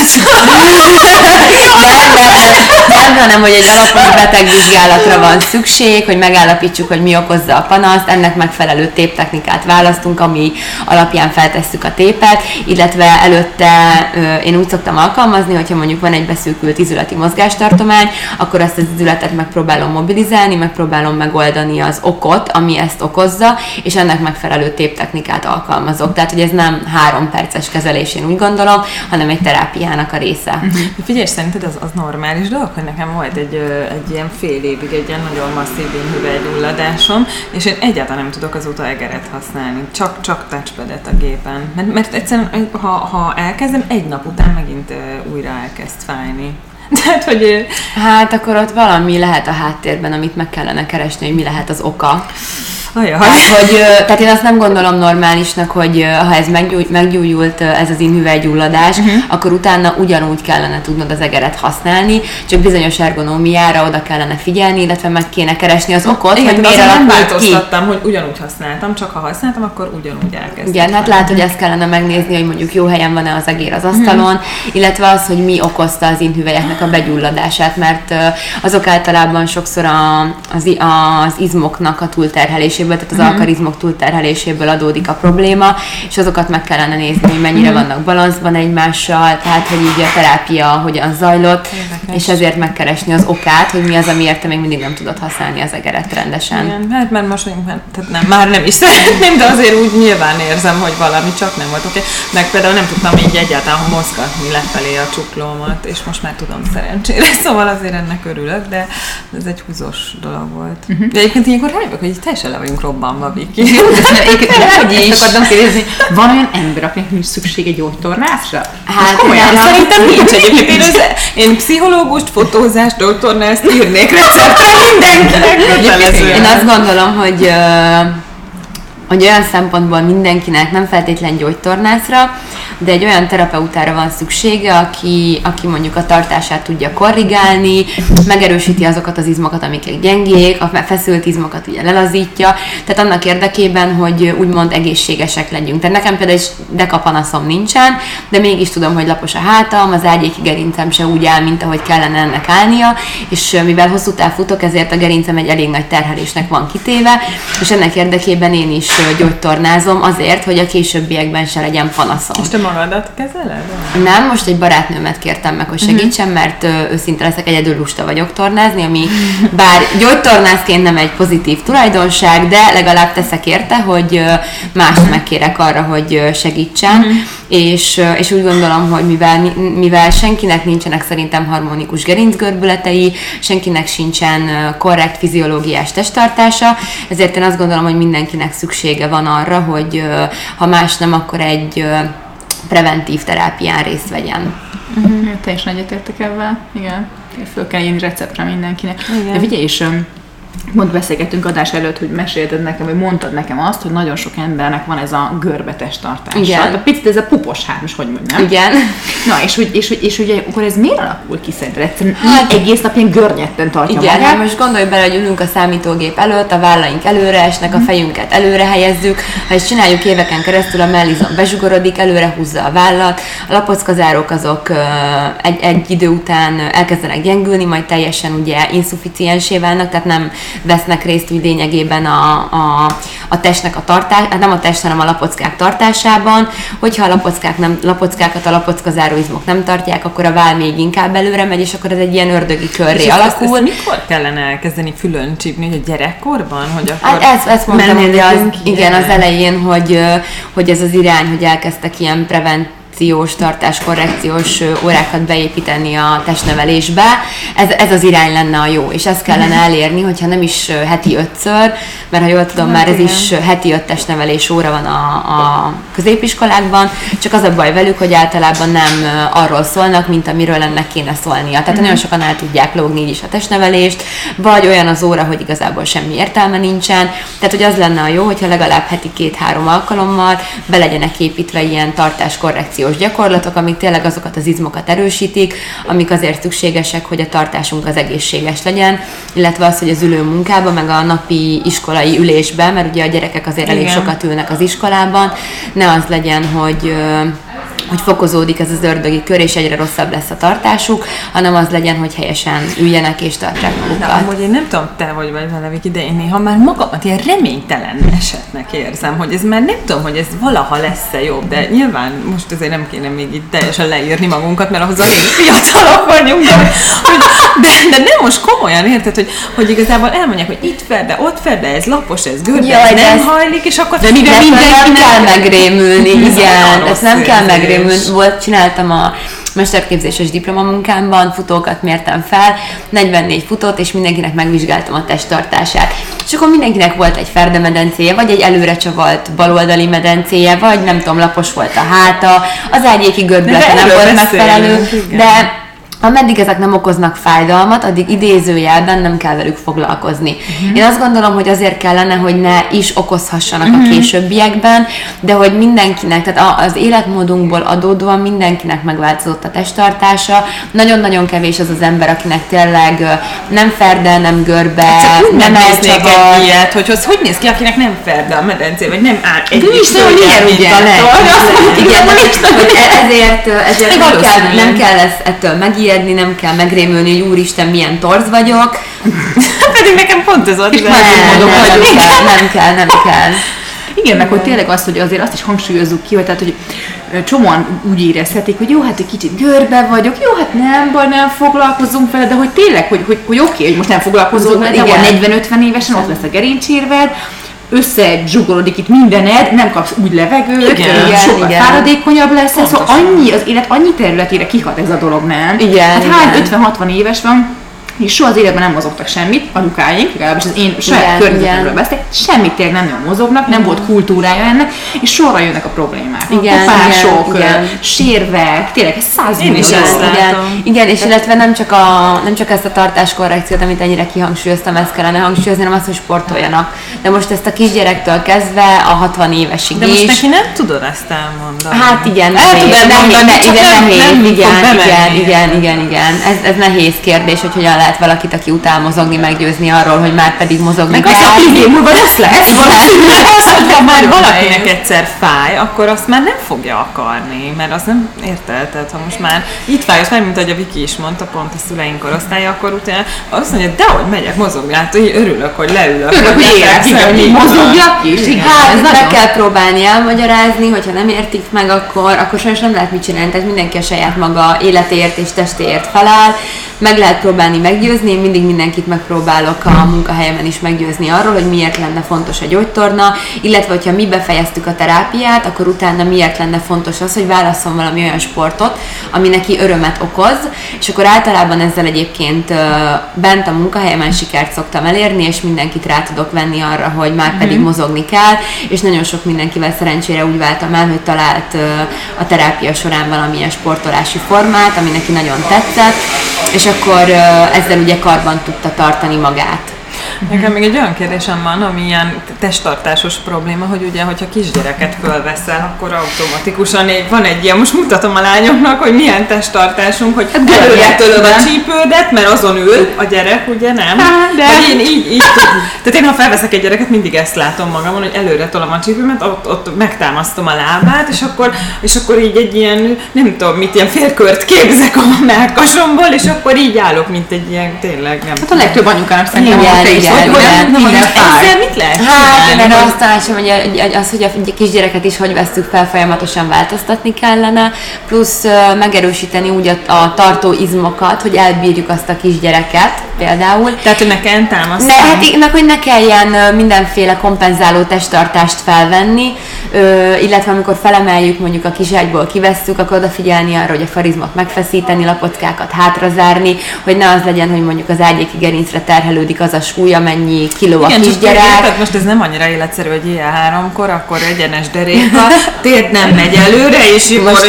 nem, nem, hanem, hogy egy alapos betegvizsgálatra van szükség, hogy megállapítsuk, hogy mi okozza a panaszt, ennek megfelelő téptechnikát választunk, ami alapján feltesszük a tépet, illetve előtte én úgy szoktam alkalmazni, hogyha mondjuk van egy beszűkült izületi mozgástartomány, akkor azt az izületet megpróbálom mobilizálni, megpróbálom megoldani az okot, ami ezt okozza, és ennek megfelelő téptechnikát alkalmazok. Tehát, hogy ez nem három perces kezelés, én úgy gondolom, hanem egy terápiának a része. Uh-huh. Figyelj, szerinted az, az normális dolog, hogy nekem volt egy, egy ilyen fél évig egy ilyen nagyon masszív inhüvelygyulladásom, és én egyáltalán nem tudok azóta egeret használni. Csak, csak touchpadet a gépen. Mert, mert egyszerűen, ha, ha elkezdem, egy nap után megint uh, újra elkezd fájni. Tehát, hogy... Hát akkor ott valami lehet a háttérben, amit meg kellene keresni, hogy mi lehet az oka. Ajaj. Hát, hogy, tehát én azt nem gondolom normálisnak, hogy ha ez meggyújt, meggyújult ez az inhüvelygyulladás, uh-huh. akkor utána ugyanúgy kellene tudnod az egeret használni, csak bizonyos ergonómiára oda kellene figyelni, illetve meg kéne keresni az okot, igen, hogy miért alakult ki. Nem változtattam, hogy ugyanúgy használtam, csak ha használtam, akkor ugyanúgy elkezdtem. Igen, hát lehet, hogy ezt kellene megnézni, hogy mondjuk jó helyen van-e az egér az asztalon, uh-huh. illetve az, hogy mi okozta az inhüvelyeknek a begyulladását, mert azok általában sokszor a, az, az izmoknak a túlterheléséből, tehát az uh-huh. alkarizmok túlterheléséből adódik a probléma, és azokat meg kellene nézni, hogy mennyire uh-huh. vannak balanszban egymással, tehát hogy így a terápia hogyan zajlott, érdekes. És ezért megkeresni az okát, hogy mi az, amiért te még mindig nem tudod használni az egeret rendesen. Igen, hát már most már, tehát nem, már nem is szeretném, de azért úgy nyilván érzem, hogy valami csak nem volt oké. Okay. Meg például nem tudtam így egyáltalán mozgatni lefelé a csuklómat, és most már tudom szerencsére, szóval azért ennek örülök, de ez egy húzós dolog volt. Uh-huh. De egyébként ilyenkor rájövök, hogy teljesen le vagyunk robbanva, Viki. Ezt akartam kérdezni, van olyan ember, akinek nincs szüksége gyógytornászra? Hát olyan, szerintem nincs egyébként. Én, össze, én pszichológust, fotózást, gyógytornászt írnék receptre mindenkinek. Én azt gondolom, hogy hogy olyan szempontból mindenkinek, nem feltétlen gyógytornászra, de egy olyan terapeutára van szüksége, aki, aki mondjuk a tartását tudja korrigálni, megerősíti azokat az izmokat, amik gyengék, a feszült izmokat ugye lelazítja, tehát annak érdekében, hogy úgymond egészségesek legyünk. Tehát nekem például is dekapanaszom nincsen, de mégis tudom, hogy lapos a hátam, az ágyéki gerincem se úgy áll, mint ahogy kellene ennek állnia, és mivel hosszú táv futok, ezért a gerincem egy elég nagy terhelésnek van kitéve, és ennek érdekében én is gyógytornázom azért, hogy a későbbiekben se legyen panaszom. te magadat kezeled? Nem, most egy barátnőmet kértem meg, hogy segítsen, mert ö, őszinte leszek, egyedül lusta vagyok tornázni, ami bár gyógytornászként nem egy pozitív tulajdonság, de legalább teszek érte, hogy ö, mást megkérek arra, hogy ö, segítsen, uh-huh. és, ö, és úgy gondolom, hogy mivel, mivel senkinek nincsenek szerintem harmonikus gerincgörbületei, senkinek sincsen ö, korrekt fiziológiás testtartása, ezért én azt gondolom, hogy mindenkinek szüksége van arra, hogy ö, ha más nem, akkor egy ö, preventív terápián részt vegyen. Uh-huh. Teljesen egyetértek ebben, igen. Föl kell írni receptre mindenkinek. Igen. De figyelj, és mond beszélgettünk adás előtt, hogy mesélted nekem, vagy mondtad nekem azt, hogy nagyon sok embernek van ez a görbetes tartása. Igen. A picit ez a pupos hármas, hogy mondjam. Igen. Na, és hogy, és, hogy, és ugye akkor ez miért alakul ki szerinted? Egyszerűen Hát, egész nap ilyen görnyetten tartja igen, magát. hát most gondolj bele, hogy ülünk a számítógép előtt, a vállaink előre esnek, a fejünket előre helyezzük, ha ezt csináljuk éveken keresztül, a mellizom bezsugorodik, előre húzza a vállat, a lapockazárók azok uh, egy, egy idő után elkezdenek gyengülni, majd teljesen ugye insufficiensé válnak, tehát nem vesznek részt úgy lényegében a, a, a testnek a tartás, nem a test, hanem a lapockák tartásában. Hogyha a lapockák nem, lapockákat a lapockazáróizmok nem tartják, akkor a váll még inkább előre megy, és akkor ez egy ilyen ördögi körré alakul. Ezt, ezt mikor kellene elkezdeni fülön csípni, hogy a gyerekkorban? Hogy akkor Hát ezt, ezt mondtam, hogy az, igen, az ilyen? elején, hogy, hogy ez az irány, hogy elkezdtek ilyen prevent tartás, korrekciós órákat beépíteni a testnevelésbe. Ez, ez az irány lenne a jó, és ezt kellene elérni, hogyha nem is heti ötször, mert ha jól tudom, már ez is heti öt testnevelés óra van a, a középiskolákban, csak az a baj velük, hogy általában nem arról szólnak, mint amiről ennek kéne szólnia. Tehát mm-hmm. nagyon sokan el tudják lógni így is a testnevelést, vagy olyan az óra, hogy igazából semmi értelme nincsen. Tehát, hogy az lenne a jó, hogyha legalább heti két-három alkalommal be legyenek építve ilyen tartás-korrekció gyakorlatok, amik tényleg azokat az izmokat erősítik, amik azért szükségesek, hogy a tartásunk az egészséges legyen, illetve az, hogy az ülő munkában, meg a napi iskolai ülésben, mert ugye a gyerekek azért elég Igen. sokat ülnek az iskolában, ne az legyen, hogy hogy fokozódik ez az ördögi kör, és egyre rosszabb lesz a tartásuk, hanem az legyen, hogy helyesen üljenek és tartsák magukat. Na, amúgy én nem tudom, te vagy vagy vele, Viki, de én néha már magamat ilyen reménytelen esetnek érzem, hogy ez már nem tudom, hogy ez valaha lesz-e jobb, de nyilván most azért nem kéne még itt teljesen leírni magunkat, mert ahhoz elég fiatalok vagyunk, de, de, de nem most komolyan érted, hogy, hogy igazából elmondják, hogy itt ferde, ott ferde, ez lapos, ez görbe, Jaj, ez nem ez, hajlik, és akkor... De minden, nem kell megrémülni, igen, ezt nem kell megrémülni. Volt, csináltam a mesterképzéses diplomamunkámban, futókat mértem fel, negyvennégy futót, és mindenkinek megvizsgáltam a testtartását. És akkor mindenkinek volt egy ferdemedencéje, vagy egy előre csavalt baloldali medencéje, vagy nem tudom, lapos volt a háta, az ágyéki görbülete nem volt megfelelő, de ameddig ezek nem okoznak fájdalmat, addig idézőjelben nem kell velük foglalkozni. Uh-huh. Én azt gondolom, hogy azért kellene, hogy ne is okozhassanak uh-huh. a későbbiekben, de hogy mindenkinek, tehát az életmódunkból adódóan mindenkinek megváltozott a testtartása. Nagyon-nagyon kevés az az ember, akinek tényleg nem ferde, nem görbe, hát nem elcsavar. Egy ilyet, hogy az hogy néz ki, akinek nem ferde a medencé, vagy nem áll egy is nem, hogy ilyen ugye. Igen, ezért, ezért nem kell, nem kell ezt, ettől megijedni, nem kell megrémülni, hogy úristen, milyen torz vagyok. Pedig nekem pont ez volt. Nem, nem, nem, nem kell, nem kell, nem kell. Igen, meg hogy tényleg azt, hogy azért azt is hangsúlyozzuk ki, hogy, tehát, hogy csomóan úgy érezhetik, hogy jó, hát egy kicsit görbe vagyok, jó, hát nem baj, nem foglalkozunk vele, de hogy tényleg, hogy, hogy, hogy oké, okay, hogy most nem foglalkozunk vele, de negyven-ötven évesen ott lesz a gerincérved, összezsugorodik itt mindened, nem kapsz úgy levegőt, igen, sokkal igen. fáradékonyabb lesz, szóval annyi, az élet annyi területére kihat ez a dolog, nem? Igen, hát igen. hány ötven-hatvan éves van, és soha az életben nem mozogtak semmit, anyukáink, legalábbis az én saját környezetemről beszélek, semmit tényleg nem nagyon mozognak, nem volt kultúrája ennek, és sorra jönnek a problémák. Igen, Kopások, igen, igen. sérvek, tényleg ez száz millió. Én is ezt látom. Igen, és illetve nem csak, a, nem csak ezt a tartáskorrekciót, amit ennyire kihangsúlyoztam, ezt kellene hangsúlyozni, hanem azt, hogy sportoljanak. De most ezt a kisgyerektől kezdve a hatvan évesig de is. De most neki nem tudod ezt elmondani. Hát igen, el tudod mondani, nehéz, csak igen, nem, nehéz, nem igen, fog igen, bemenni. igen, igen, igen. Ez, ez nehéz kérdés, hogy hogyan lehet valakit, aki utál mozogni, meggyőzni arról, hogy már pedig mozogni meg kell. azt a tíz év múlva lesz lesz Ha már valakinek egyszer fáj, akkor azt már nem fogja akarni, mert azt nem érted, tehát ha most már itt fáj, és már mint ahogy a Viki is mondta, pont a szüleink korosztálya, akkor utána azt mondja, de hogy megyek mozogni, hát hogy örülök, hogy leülök. Örülök, hogy érzik, hogy mozogjak is. Igen, Hát ez meg nagyon... kell próbálni elmagyarázni, hogyha nem értik meg, akkor, akkor sajnos nem lehet mit csinálni, tehát mindenki a saját maga életéért és testéért feláll. Meg lehet próbálni meggyőzni, én mindig mindenkit megpróbálok a munkahelyemen is meggyőzni arról, hogy miért lenne fontos a gyógytorna, illetve hogyha mi befejeztük a terápiát, akkor utána miért lenne fontos az, hogy válasszon valami olyan sportot, ami neki örömet okoz, és akkor általában ezzel egyébként bent a munkahelyemen sikert szoktam elérni, és mindenkit rá tudok venni arra, hogy már pedig mm-hmm. mozogni kell, és nagyon sok mindenkivel szerencsére úgy váltam el, hogy talált a terápia során valamilyen sportolási formát, ami neki nagyon tetszett, és akkor ezzel ugye karban tudta tartani magát. Nekem még egy olyan kérdésem van, ami ilyen testtartásos probléma, hogy ugye, hogyha kisgyereket fölveszel, akkor automatikusan van egy ilyen, most mutatom a lányoknak, hogy milyen testtartásunk, hogy előre tölöd a csípődet, mert azon ül a gyerek, ugye nem? De. Vagy én így, így tehát én, ha felveszek egy gyereket, mindig ezt látom magamon, hogy előre tolom a csípőmet, ott, ott megtámasztom a lábát, és akkor, és akkor így egy ilyen, nem tudom mit, ilyen félkört képzek a mellkasomból, és akkor így állok, mint egy ilyen, tényleg nem. Hát a legtöbb anyukának szerintem Igen, te is igen, vagy, igen. hogy minden fáj. Ezzel mit lehet Hát én csinálni? erre azt tanácsom, hogy az, hogy a kisgyereket is hogy vesszük fel, folyamatosan változtatni kellene, plusz uh, megerősíteni úgy a, a tartó izmokat, hogy elbírjuk azt a kisgyereket például. Tehát, hogy ne kelljen támasztani? Ne, hát meg, hogy ne kelljen uh, mindenféle kompenzáló testtartást felvenni, uh, illetve amikor felemeljük, mondjuk a kiságyból kivesszük, akkor odafigyelni arra, hogy a farizmot megfeszíteni, lapockákat hátrazárni, hogy ne az legyen, hogy mondjuk az ágyéki gerincre terhelődik az a súly, amennyi kiló a igen, kisgyerek. Tehát most ez nem annyira életszerű, hogy éjjel háromkor, akkor egyenes deréka, térd nem megy előre, és így Most,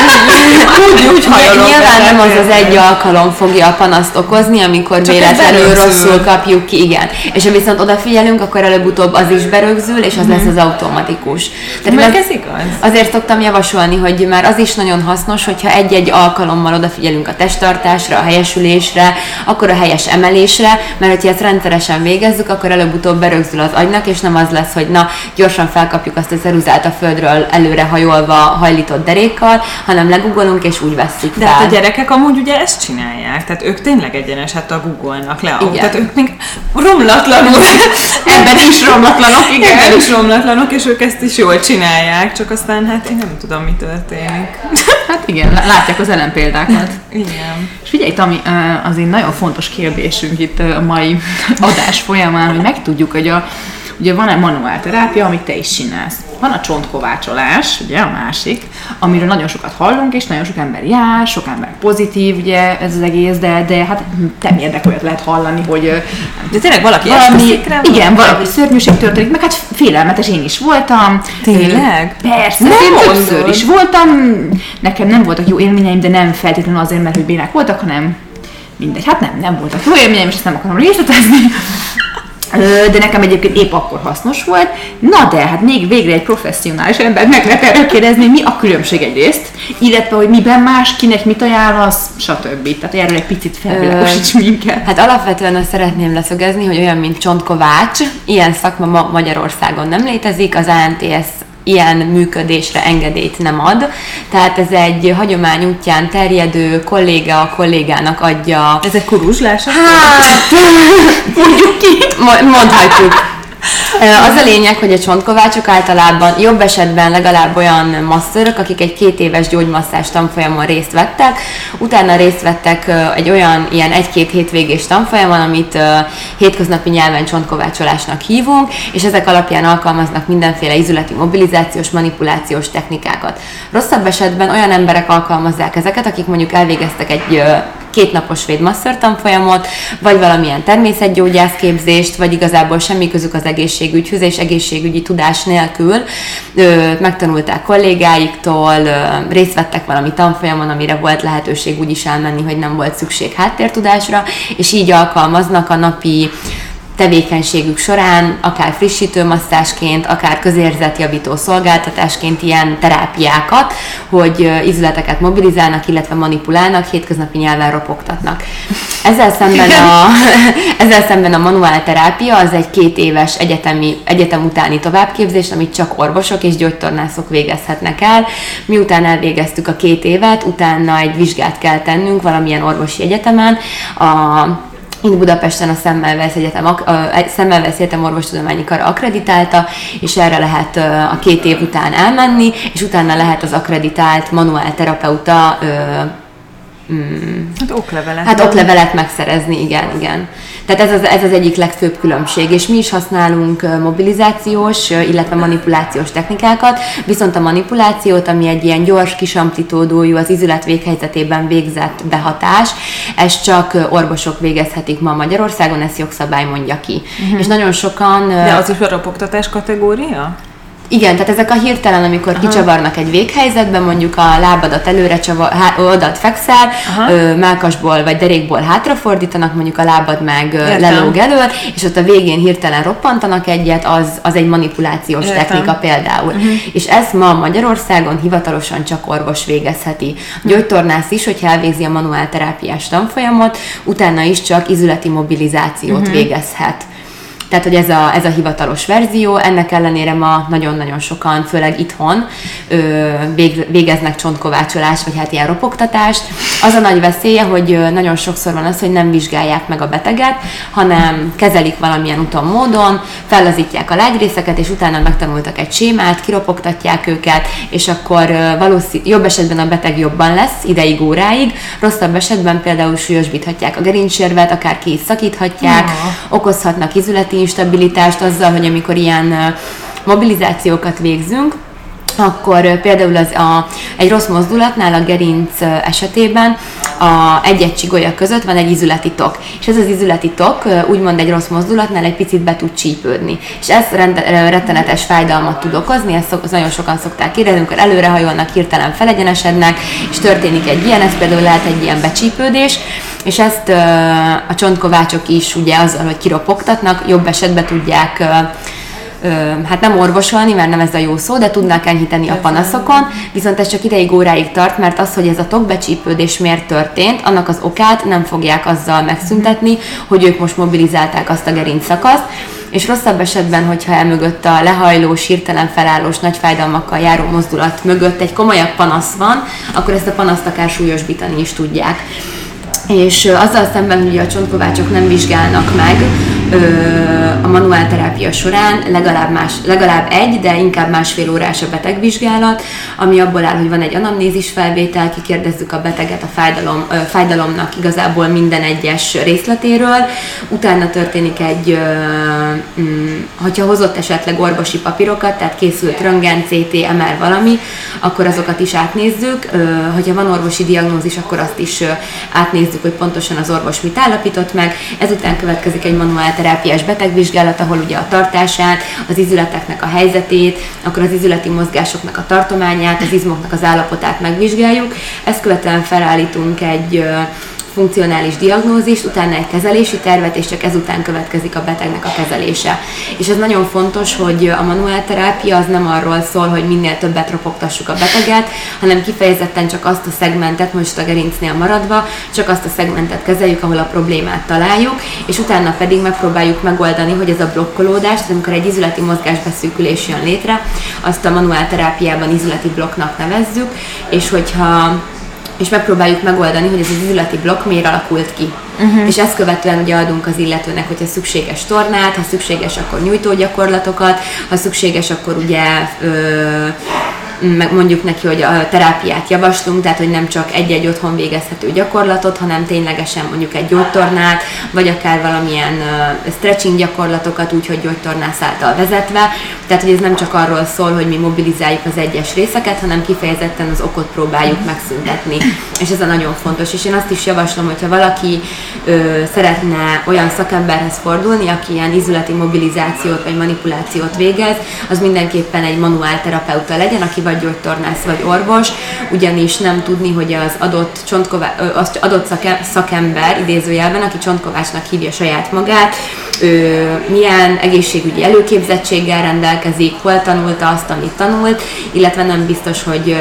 úgy, úgy hajolok. Nyilván nem az az egy alkalom fogja a panaszt okozni, amikor csak véletlenül rosszul kapjuk ki, igen. És ha viszont odafigyelünk, akkor előbb-utóbb az is berögzül, és az mm. lesz az automatikus. Tehát meg az, ez igaz? Azért szoktam javasolni, hogy már az is nagyon hasznos, hogyha egy-egy alkalommal odafigyelünk a testtartásra, a helyesülésre, akkor a helyes emelésre, mert hogyha ezt rendszeresen végezzük, akkor előbb-utóbb berögzül az agynak, és nem az lesz, hogy na, gyorsan felkapjuk azt a ceruzát a földről előre hajolva, hajlított derékkal, hanem legugolunk, és úgy vesszük fel. De hát a gyerekek amúgy ugye ezt csinálják, tehát ők tényleg egyenes, hát a googolnak le. Igen. Tehát ők még romlatlanul, Ebben is romlatlanok, igen. ebben is romlatlanok, és ők ezt is jól csinálják, csak aztán hát én nem tudom, mi történik. Hát igen, látják az ellenpéldákat. Igen. És figyelj, Tami, azért nagyon fontos kérdésünk itt a mai adás folyamán, hogy megtudjuk, hogy a, ugye van egy manuálterápia, amit te is csinálsz. Van a csontkovácsolás, ugye a másik, amiről nagyon sokat hallunk, és nagyon sok ember jár, sok ember pozitív, ugye ez az egész, de, de hát nem érdek olyat lehet hallani, hogy De tényleg valaki valami, esküszik rá? igen, valami szörnyűség történik, meg hát félelmetes, én is voltam. Tényleg? Persze, Nem én mondod. többször is voltam, nekem nem voltak jó élményeim, de nem feltétlenül azért, mert hogy bénák voltak, hanem mindegy, hát nem, nem voltak jó élményeim, és ezt nem akarom részletezni. De nekem egyébként épp akkor hasznos volt. Na de, hát még végre egy professzionális ember meg lehet erről kérdezni, mi a különbség egyrészt, illetve, hogy miben más, kinek mit ajánlasz, stb. Tehát erről egy picit felvilágosíts minket. Hát alapvetően azt szeretném leszögezni, hogy olyan, mint csontkovács, ilyen szakma ma Magyarországon nem létezik, az á en té es ilyen működésre engedélyt nem ad. Tehát ez egy hagyomány útján terjedő kolléga a kollégának adja. Ez egy kuruzslás? Hát, mondjuk ki, mondhatjuk. Az a lényeg, hogy a csontkovácsok általában jobb esetben legalább olyan masszörök, akik egy két éves gyógymasszás tanfolyamon részt vettek, utána részt vettek egy olyan ilyen egy-két hétvégés tanfolyamon, amit hétköznapi nyelven csontkovácsolásnak hívunk, és ezek alapján alkalmaznak mindenféle izületi mobilizációs, manipulációs technikákat. Rosszabb esetben olyan emberek alkalmazzák ezeket, akik mondjuk elvégeztek egy kétnapos svéd masször tanfolyamot, vagy valamilyen természetgyógyászképzést, vagy igazából semmi közük az egészségügyhöz, és egészségügyi tudás nélkül ö, megtanulták kollégáiktól, ö, részt vettek valami tanfolyamon, amire volt lehetőség úgy is elmenni, hogy nem volt szükség háttértudásra, és így alkalmaznak a napi tevékenységük során, akár frissítőmasszásként, akár közérzetjavító szolgáltatásként ilyen terápiákat, hogy izületeket mobilizálnak, illetve manipulálnak, hétköznapi nyelven ropogtatnak. Ezzel szemben a, ezzel szemben a manuálterápia az egy két éves egyetemi, egyetem utáni továbbképzés, amit csak orvosok és gyógytornászok végezhetnek el. Miután elvégeztük a két évet, utána egy vizsgát kell tennünk valamilyen orvosi egyetemen. A Itt Budapesten a Semmelweis Egyetem, a Semmelweis Egyetem Orvostudományi Kara akkreditálta, és erre lehet a két év után elmenni, és utána lehet az akkreditált manuálterapeuta Hmm. Hát oklevelet. Hát oklevelet megszerezni, igen, igen. Tehát ez az, ez az egyik legfőbb különbség, és mi is használunk mobilizációs, illetve manipulációs technikákat, viszont a manipulációt, ami egy ilyen gyors, kis amplitódújú, az izület véghelyzetében végzett behatás, ezt csak orvosok végezhetik ma Magyarországon, ezt jogszabály mondja ki. Uh-huh. És nagyon sokan... De az is a ropogtatás kategória? Igen, tehát ezek a hirtelen, amikor Aha. kicsavarnak egy véghelyzetben, mondjuk a lábadat előre csavar, há, oldalt fekszel, ö, mellkasból vagy derékból hátrafordítanak, mondjuk a lábad meg Értem. lelóg elől, és ott a végén hirtelen roppantanak egyet, az, az egy manipulációs Értem. technika például. Uh-huh. És ezt ma Magyarországon hivatalosan csak orvos végezheti. A gyógytornász is, hogyha elvégzi a manuálterápiás tanfolyamot, utána is csak izületi mobilizációt uh-huh. végezhet. Tehát, hogy ez a, ez a hivatalos verzió, ennek ellenére ma nagyon-nagyon sokan, főleg itthon ö, végeznek csontkovácsolást, vagy hát ilyen ropogtatást. Az a nagy veszélye, hogy nagyon sokszor van az, hogy nem vizsgálják meg a beteget, hanem kezelik valamilyen úton, módon, fellazítják a lágyrészeket, és utána megtanultak egy sémát, kiropogtatják őket, és akkor valószínűleg jobb esetben a beteg jobban lesz, ideig, óráig, rosszabb esetben például súlyosbíthatják a gerincsérvet, akár ki is szakíthatják, oh. okozhatnak izületi instabilitást azzal, hogy amikor ilyen mobilizációkat végzünk, akkor például az a, egy rossz mozdulatnál a gerinc esetében a egy-egy csigolya között van egy izületi tok. És ez az izületi tok úgymond egy rossz mozdulatnál egy picit be tud csípődni. És ez rend, rettenetes fájdalmat tud okozni, ezt szok, nagyon sokan szokták kérdezni, amikor előrehajolnak, hirtelen felegyenesednek, és történik egy ilyen, ez például lehet egy ilyen becsípődés, és ezt a csontkovácsok is ugye azzal, hogy kiropogtatnak, jobb esetben tudják hát nem orvosolni, mert nem ez a jó szó, de tudnak enyhíteni a panaszokon, viszont ez csak ideig, óráig tart, mert az, hogy ez a tokbecsípődés miért történt, annak az okát nem fogják azzal megszüntetni, hogy ők most mobilizálták azt a gerincszakaszt, és rosszabb esetben, hogyha elmögött a lehajlós, hirtelen felállós, nagy fájdalmakkal járó mozdulat mögött egy komolyabb panasz van, akkor ezt a panaszt akár súlyosbítani is tudják. És azzal szemben, hogy a csontkovácsok nem vizsgálnak meg ö, a manuálterápia során, legalább, más, legalább egy, de inkább másfél órás a betegvizsgálat, ami abból áll, hogy van egy anamnézis felvétel, kikérdezzük a beteget a fájdalom, ö, fájdalomnak igazából minden egyes részletéről, utána történik egy, ö, mm, hogyha hozott esetleg orvosi papírokat, tehát készült röntgen, cé té, em er valami, akkor azokat is átnézzük, ö, hogyha van orvosi diagnózis, akkor azt is ö, átnézzük, hogy pontosan az orvos mit állapított meg. Ezután következik egy manuálterápiás betegvizsgálat, ahol ugye a tartását, az izületeknek a helyzetét, akkor az izületi mozgásoknak a tartományát, az izmoknak az állapotát megvizsgáljuk. Ezt követően felállítunk egy funkcionális diagnózist, utána egy kezelési tervet, és csak ezután következik a betegnek a kezelése. És ez nagyon fontos, hogy a manuálterápia az nem arról szól, hogy minél többet ropogtassuk a beteget, hanem kifejezetten csak azt a szegmentet, most a gerincnél maradva, csak azt a szegmentet kezeljük, ahol a problémát találjuk, és utána pedig megpróbáljuk megoldani, hogy ez a blokkolódás, amikor egy izületi mozgásbeszűkülés jön létre, azt a manuálterápiában izületi blokknak nevezzük, és hogyha és megpróbáljuk megoldani, hogy ez az izületi blokk miért alakult ki. Uh-huh. És ezt követően ugye adunk az illetőnek, hogyha szükséges tornát, ha szükséges, akkor nyújtógyakorlatokat, ha szükséges, akkor ugye ö, meg mondjuk neki, hogy a terápiát javaslunk, tehát hogy nem csak egy-egy otthon végezhető gyakorlatot, hanem ténylegesen mondjuk egy gyógytornát, vagy akár valamilyen uh, stretching gyakorlatokat, úgyhogy gyógytornász által vezetve. Tehát, hogy ez nem csak arról szól, hogy mi mobilizáljuk az egyes részeket, hanem kifejezetten az okot próbáljuk megszüntetni. És ez a nagyon fontos. És én azt is javaslom, hogyha valaki ö, szeretne olyan szakemberhez fordulni, aki ilyen izületi mobilizációt vagy manipulációt végez, az mindenképpen egy manuálterapeuta legyen, aki vagy gyógytornász, vagy orvos, ugyanis nem tudni, hogy az adott, csontkova- az adott szakember, idézőjelben, aki csontkovácsnak hívja saját magát, ő milyen egészségügyi előképzettséggel rendelkezik, hol tanulta azt, amit tanult, illetve nem biztos, hogy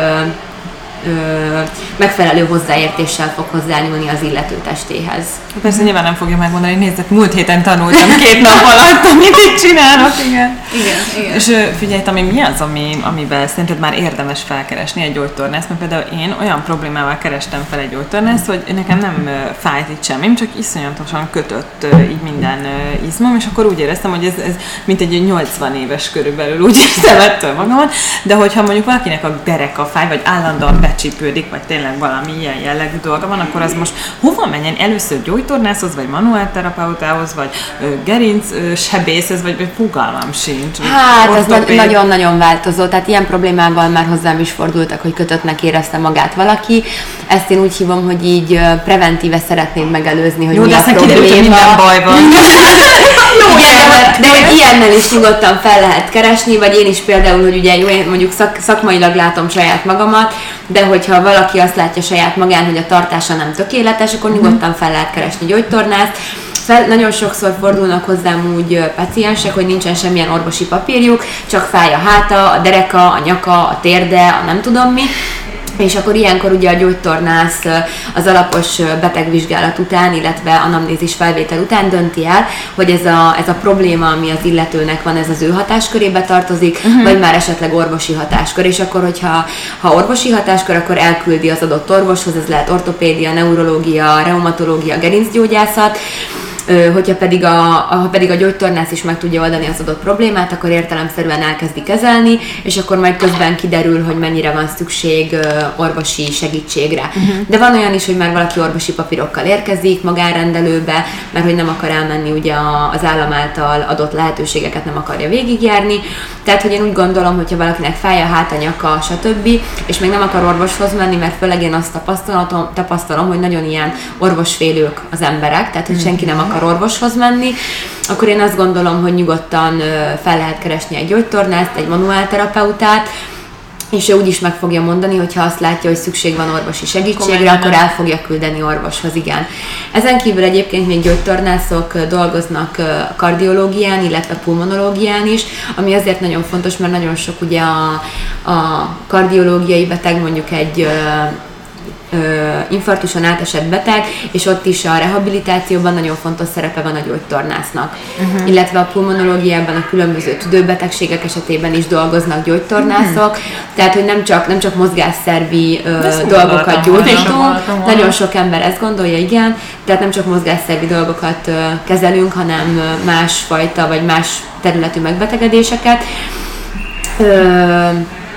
Ö, megfelelő hozzáértéssel fog hozzányúlni az illető testéhez. Persze nyilván nem fogja megmondani, nézzek, múlt héten tanultam két nap alatt, amit itt csinálok, igen. Igen, igen. És figyelj, ami mi az, ami, amiben szerinted már érdemes felkeresni egy gyógytornászt, mert például én olyan problémával kerestem fel egy gyógytornászt, hogy nekem nem fájt itt semmi, csak iszonyatosan kötött így minden izmom, és akkor úgy éreztem, hogy ez, ez mint egy nyolcvan éves körülbelül, úgy érzem ettől magamat, de hogyha mondjuk valakinek a dereka fáj, vagy állandóan becsípődik, vagy tényleg valami ilyen jellegű dolga van, akkor az most hova menjen? Először gyógytornászhoz, vagy manuálterapeutához, vagy ö, gerinc ö, sebészhez, vagy, vagy fogalmam sincs. Hát ez na- nagyon-nagyon változó, tehát ilyen problémával már hozzám is fordultak, hogy kötöttnek érezte magát valaki. Ezt én úgy hívom, hogy így preventíve szeretnéd megelőzni, hogy jó, mi de a aztán probléma. kiderült, hogy minden baj van. Jó, igen, de, de hogy ilyennel is nyugodtan fel lehet keresni, vagy én is például, hogy ugye jó, én mondjuk szak, szakmailag látom saját magamat, de hogyha valaki azt látja saját magán, hogy a tartása nem tökéletes, akkor nyugodtan fel lehet keresni gyógytornászt. Fel, nagyon sokszor fordulnak hozzám úgy paciensek, hogy nincsen semmilyen orvosi papírjuk, csak fáj a háta, a dereka, a nyaka, a térde, a nem tudom mi. És akkor ilyenkor ugye a gyógytornász az alapos betegvizsgálat után, illetve anamnézis felvétel után dönti el, hogy ez a, ez a probléma, ami az illetőnek van, ez az ő hatáskörébe tartozik, uh-huh. vagy már esetleg orvosi hatáskör. És akkor, hogyha ha orvosi hatáskör, akkor elküldi az adott orvoshoz, ez lehet ortopédia, neurológia, reumatológia, gerincgyógyászat. Hogyha pedig a, ha pedig a gyógytornász is meg tudja oldani az adott problémát, akkor értelemszerűen elkezdi kezelni, és akkor majd közben kiderül, hogy mennyire van szükség orvosi segítségre. Uh-huh. De van olyan is, hogy már valaki orvosi papírokkal érkezik magánrendelőbe, mert hogy nem akar elmenni ugye az állam által adott lehetőségeket nem akarja végigjárni. Tehát, hogy én úgy gondolom, hogyha valakinek fáj a háta, nyaka, stb., és még nem akar orvoshoz menni, mert főleg én azt tapasztalom, tapasztalom hogy nagyon ilyen orvosfélők az emberek, tehát hogy senki nem akar orvoshoz menni, akkor én azt gondolom, hogy nyugodtan fel lehet keresni egy gyógytornászt, egy manuálterapeutát, és ő úgyis meg fogja mondani, hogyha azt látja, hogy szükség van orvosi segítségre, akkor, akkor el fogja küldeni orvoshoz, igen. Ezen kívül egyébként még gyógytornászok dolgoznak kardiológián, illetve pulmonológián is, ami azért nagyon fontos, mert nagyon sok ugye a, a kardiológiai beteg, mondjuk egy infarktuson átesett beteg, és ott is a rehabilitációban nagyon fontos szerepe van a gyógytornásznak. Uh-huh. Illetve a pulmonológiában a különböző tüdőbetegségek esetében is dolgoznak gyógytornászok, uh-huh. tehát hogy nem csak, nem csak mozgásszervi uh, dolgokat gyógyítunk, nagyon sok ember ezt gondolja, igen, tehát nem csak mozgásszervi dolgokat uh, kezelünk, hanem uh, másfajta vagy más területű megbetegedéseket. Uh,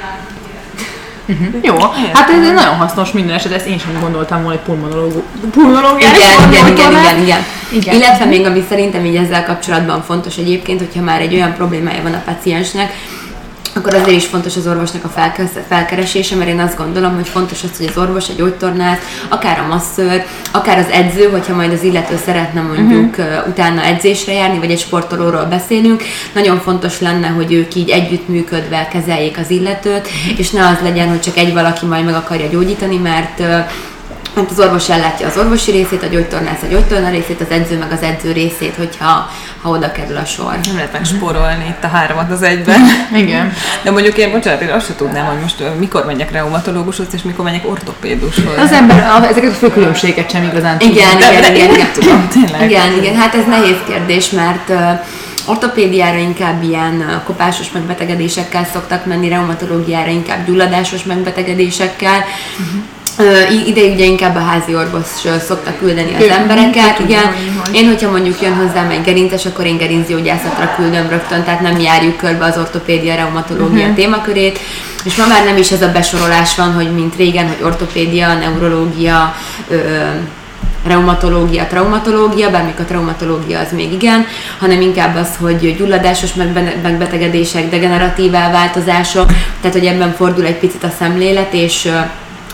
Uh-huh. Jó, hát ez nagyon hasznos minden eset, ezt én sem gondoltam volna, hogy pulmonológiára. Igen, igen, igen, igen, igen, igen. Illetve még ami szerintem így ezzel kapcsolatban fontos egyébként, hogyha már egy olyan problémája van a paciensnek, akkor azért is fontos az orvosnak a felkeresése, mert én azt gondolom, hogy fontos az, hogy az orvos, a gyógytornász, akár a masször, akár az edző, hogyha majd az illető szeretne mondjuk uh-huh. utána edzésre járni, vagy egy sportolóról beszélünk, nagyon fontos lenne, hogy ők így együttműködve kezeljék az illetőt, uh-huh. és ne az legyen, hogy csak egy valaki majd meg akarja gyógyítani, mert mert az orvos ellátja az orvosi részét, a gyógytornász a gyógytorna részét, az edző meg az edző részét, hogyha ha oda kerül a sor. Nem lehet megspórolni itt a háromat az egyben. Igen. De mondjuk én, bocsánat, én azt sem tudnám, hogy most mikor menjek reumatológushoz, és mikor menjek ortopédushoz. Az ember a, ezeket a fő különbséget sem igazán tudja. Igen, de, igen, de igen, igen. Tudom, tényleg. Igen, igen, hát ez nehéz kérdés, mert uh, ortopédiára inkább ilyen kopásos megbetegedésekkel szoktak menni, reumatológiára inkább gyulladásos megbetegedésekkel. Uh-huh. Uh, ide ugye inkább a házi orvos szokta küldeni az ő, embereket, igen. Én, hogyha mondjuk jön hozzám egy gerinces, akkor én gerincgyógyászatra küldöm rögtön, tehát nem járjuk körbe az ortopédia, reumatológia uh-huh. témakörét, és ma már nem is ez a besorolás van, hogy mint régen, hogy ortopédia, neurológia, ö, reumatológia, traumatológia, bármikor a traumatológia az még igen, hanem inkább az, hogy gyulladásos megbetegedések, degeneratív elváltozások, tehát hogy ebben fordul egy picit a szemlélet, és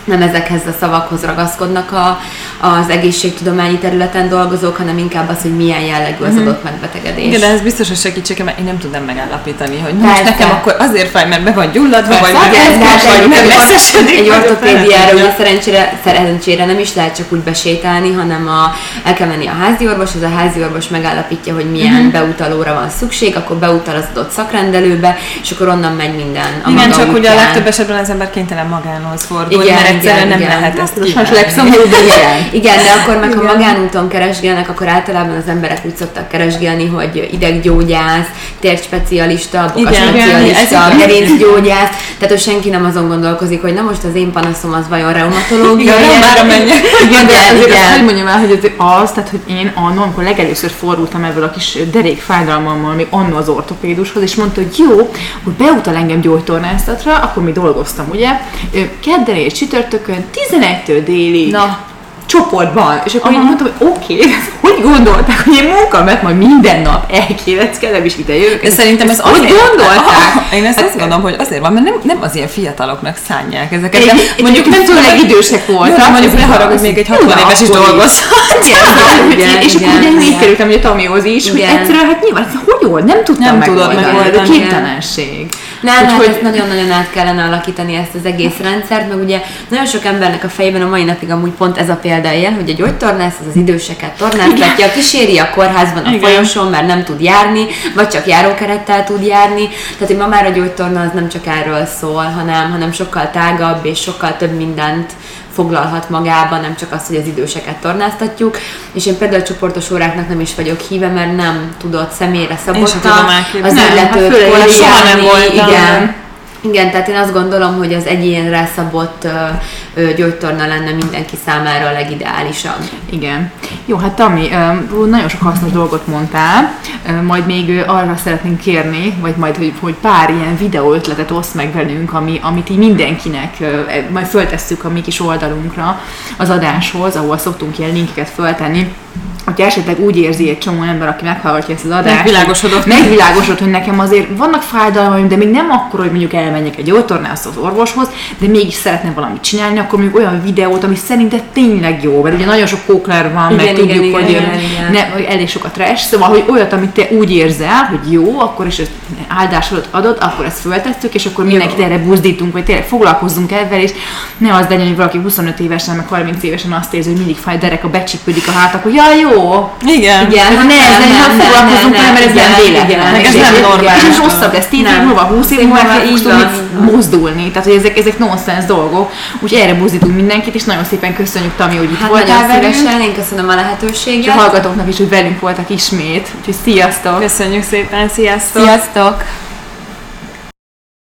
nem ezekhez a szavakhoz ragaszkodnak a, az egészségtudományi területen dolgozók, hanem inkább az, hogy milyen jellegű az adott megbetegedés. Igen, de ez biztos, hogy segítség, mert én nem tudnám megállapítani, hogy Persze. most nekem akkor azért fáj, mert be van gyulladva, vagy Igen, de hát vagy nem messzesedik. egy ortopédiára ugye szerencsére, szerencsére nem is lehet csak úgy besétálni, hanem a, el kell menni a házi orvoshoz, a házi orvos megállapítja, hogy milyen uh-huh. beutalóra van szükség, akkor beutal az adott szakrendelőbe, és akkor onnan megy minden a igen, maga csak útján. ugye a legtöbb esetben az ember kénytelen magánhoz fordulni, Igen, mert egyszerűen igen, nem igen. lehet ezt Most kívánni. legszomorúbb, Igen, de akkor meg, ha magánúton keresgélnek, akkor általában az emberek úgy szoktak keresgélni, hogy ideggyógyász, térspecialista, bokaspecialista, gerincgyógyász, tehát hogy senki nem azon gondolkozik, hogy na most az én panaszom az vajon reumatológia. Igen, nem már menjek. Igen, de Igen, azért igen. azt, hogy mondjam el, hogy azért az, tehát hogy én annó, amikor legelőször fordultam ebből a kis derék fájdalmammal még annó az ortopédushoz, és mondta, hogy jó, hogy beutal engem gyógytornászatra, akkor mi dolgoztam, ugye? Kedden és csütörtökön tizenegytől délig. Na. Csoportban. És akkor így mondtam, hogy oké, okay, hogy gondolták, hogy én munka, mert majd minden nap elkéreckedem, és ide jövök. De szerintem ez hogy azért, gondolták? Ah, én ezt azt gondolom, hogy azért van, mert nem, nem az ilyen fiataloknak szánják ezeket. De Egy, mondjuk nem főleg idősek voltak. Mondjuk ne haragudj, még egy hatvan éves is dolgozhat. Igen, és akkor ugye így kerültem ugye Tamihoz is, hogy egyszerűen hát nyilván, hogy old, nem tudtam Nem tudod megoldani. Képtelenség. Nem, hát ezt nagyon-nagyon át kellene alakítani ezt az egész rendszert, meg ugye nagyon sok embernek a fejében a mai napig amúgy pont ez a példa él, hogy a gyógytornász az az időseket tornáztatja, kíséri a kórházban a Igen. folyosón, mert nem tud járni, vagy csak járókerettel tud járni. Tehát, hogy ma már a gyógytorna az nem csak erről szól, hanem, hanem sokkal tágabb és sokkal több mindent foglalhat magában, nem csak azt, hogy az időseket tornáztatjuk. És én például a csoportos óráknak nem is vagyok híve, mert nem tudott személyre szabotta az Nem, illetőt hát főleg soha nem voltam. Igen. Igen, tehát én azt gondolom, hogy az egyénre szabott ö, ö, gyógytorna lenne mindenki számára a legideálisabb. Igen. Jó, hát Tami, ö, nagyon sok hasznos dolgot mondtál, ö, majd még ö, arra szeretnénk kérni, vagy majd, hogy, hogy pár ilyen videó ötletet oszd meg velünk, ami, amit így mindenkinek, ö, majd föltesszük a mi kis oldalunkra az adáshoz, ahol szoktunk ilyen linkeket föltenni. Hogyha esetleg úgy érzi egy csomó ember, aki meghallgatja ezt az adást, Megvilágosodott. megvilágosodott, hogy nekem azért vannak fájdalmaim, de még nem akkor, hogy mondjuk elmenjek egy gyógytornászhoz, az orvoshoz, de mégis szeretne valamit csinálni, akkor mondjuk olyan videót, ami szerinted tényleg jó, mert ugye nagyon sok kókler van, Igen, meg igen, tudjuk, igen, hogy, igen, igen. Ne, hogy elég sok a trash, szóval, hogy olyat, amit te úgy érzel, hogy jó, akkor is áldásodat adod, akkor ezt föltesszük, és akkor mindenkit erre buzdítunk, vagy tényleg foglalkozzunk ezzel, és ne az legyen, hogy valaki huszonöt évesen, meg harminc évesen azt érzi, hogy mindig fáj derek, a becsípődik a hát, akkor ja, jó. Igen. Igen, Hát ne ezzel nem foglalkozunk vele, mert ez nem véletlen. meg ez nem normális. És rosszabb lesz tíz év múlva, húsz év múlva már fogsz tudni mozdulni. Tehát, hogy ezek, ezek nonsens dolgok. Úgyhogy erre buzdítunk mindenkit, és nagyon szépen köszönjük, Tami, hogy itt Hát voltál nagyon velünk. szívesen, én köszönöm a És lehetőséget. a hallgatóknak is, hogy velünk voltak ismét. Úgyhogy sziasztok! Köszönjük szépen, sziasztok! Sziasztok!